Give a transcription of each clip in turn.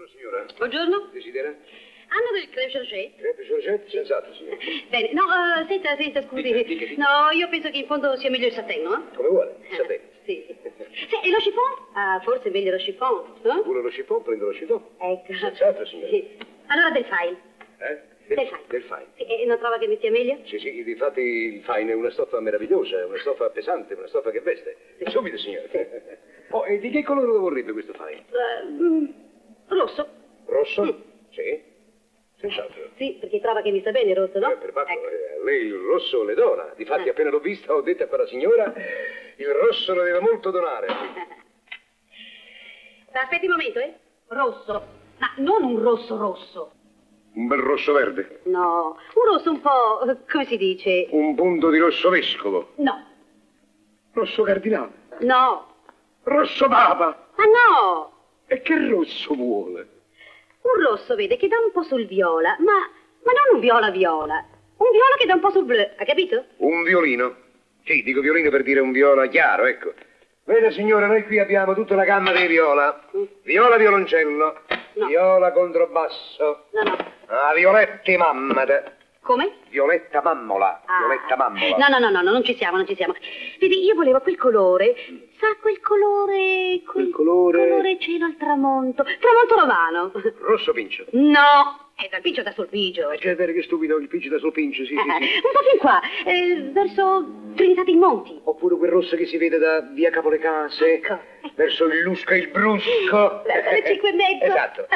Buongiorno, signora. Buongiorno. Desidera? Hanno del crème chargé? Crème chargé? Senz'altro, signora. Bene, no, senta, scusi. Dica. No, io penso che in fondo sia meglio il satè, no? Come vuole, sapete. Sì. E lo chiffon? Ah, forse è meglio lo chiffon, no? Vuole lo chiffon, prendo lo chiffon. Ecco. Senz'altro, signora. Sì. Allora del fine. Del fine. Sì, e non trova che mi stia meglio? Sì, difatti il fine è una stoffa meravigliosa, è una stoffa pesante, una stoffa che veste. Sì. Subito, signora. Oh, e di che colore lo vorrebbe questo fine? Rosso. Rosso? Sì. Senz'altro. Sì, perché trova che mi sta bene il rosso, no? Per fatto, Ecco. lei il rosso le dona. Difatti appena l'ho vista ho detto a quella signora, il rosso le deve molto donare. Aspetti un momento, Rosso. Ma non un rosso. Un bel rosso verde. No, un rosso un po', come si dice? Un punto di rosso vescovo. No. Rosso cardinale. No. Rosso papa. Ma no! E che rosso vuole? Un rosso, vede, che dà un po' sul viola, ma non un viola. Un viola che dà un po' sul blu, ha capito? Un violino. Sì, dico violino per dire un viola chiaro, ecco. Vede, signora, noi qui abbiamo tutta una gamma di viola. Viola violoncello. No. Viola controbasso. No. Ah, violetti mammata. Come? Violetta mammola. Ah. Violetta mammola. No, non ci siamo. Vedi, io volevo quel colore, sa, quel colore... Quel colore? Colore cielo al tramonto romano. Rosso pincio. No, è dal pincio da Solpigio. C'è da vedere che stupido il pincio da sul pincio, sì. Un po' fin qua, verso Trinità dei Monti. Oppure quel rosso che si vede da via Capo le Case, Ecco. verso il Lusco e il Brusco. Verso le 5:30. Esatto,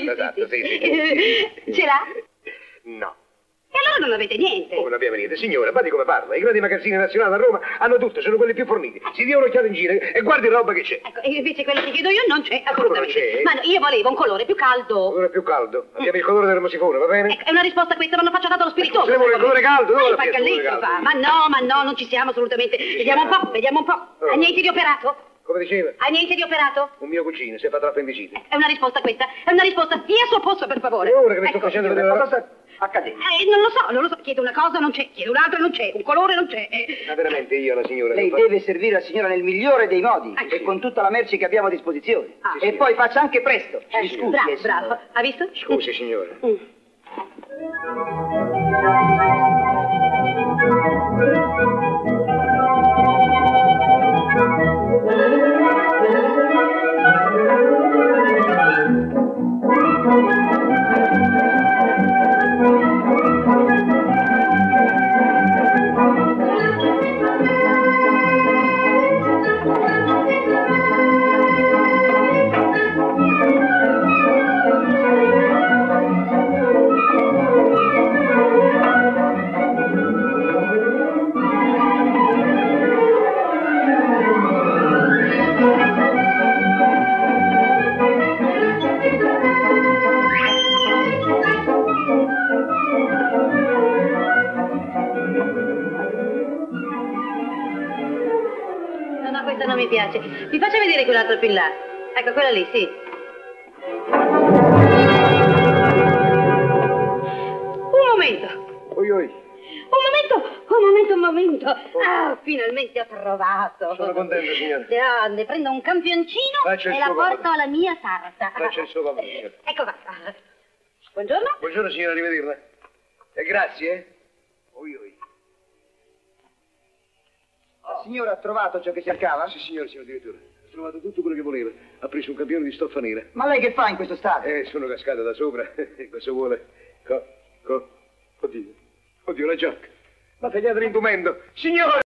sì. Ce l'ha? No. E allora non avete niente. Come non abbiamo niente? Signora, guardi come parla. I grandi magazzini nazionali a Roma hanno tutto, sono quelli più forniti. Si dia un'occhiata in giro e guardi la roba che c'è. Ecco, e invece quello che chiedo io non c'è assolutamente. Non c'è? Ma no, io volevo un colore più caldo. Colore più caldo. Abbiamo il colore dell'ermosifone, va bene? Ecco, è una risposta questa, ma non faccio dato lo spiritoso. Se vuole il colore caldo, dove Ma la fa il fiesta, colore galletto, caldo? fa. Ma no, non ci siamo assolutamente. Vediamo un po'. Oh. Ha niente di operato? Come diceva? Ha niente di operato? Un mio cugino si è fatto l'appendicite. È una risposta questa. È una risposta. Stia al suo posto, per favore. E ora che mi sto Ecco. facendo vedere la cosa accadente. Non lo so. Chiedo una cosa, non c'è. Chiedo un'altra, non c'è. Un colore, non c'è. Ma veramente io, la signora... Lei deve servire la signora nel migliore dei modi e con tutta la merce che abbiamo a disposizione. Ah, e sì. poi faccia anche presto. Mi scusi. Bravo. Ha visto? Scusi, signora. No, questa non mi piace. Mi faccia vedere quell'altro più in là. Ecco, quella lì, sì. Un momento. Oi. Un momento. Ah, finalmente ho trovato. Sono contento, signora. Grande, prendo un campioncino Faccia il e la suo porto comodo. alla mia sarta. Faccia il suo comodo, signora. Ecco qua. Buongiorno. Buongiorno, signora, arrivederla. E grazie. Oi. La signora ha trovato ciò che cercava? Sì, signor direttore. Ha trovato tutto quello che voleva. Ha preso un campione di stoffa nera. Ma lei che fa in questo stato? Sono cascato da sopra. Cosa vuole? Oddio, la giacca. Ma tagliate l'indumento. Signore!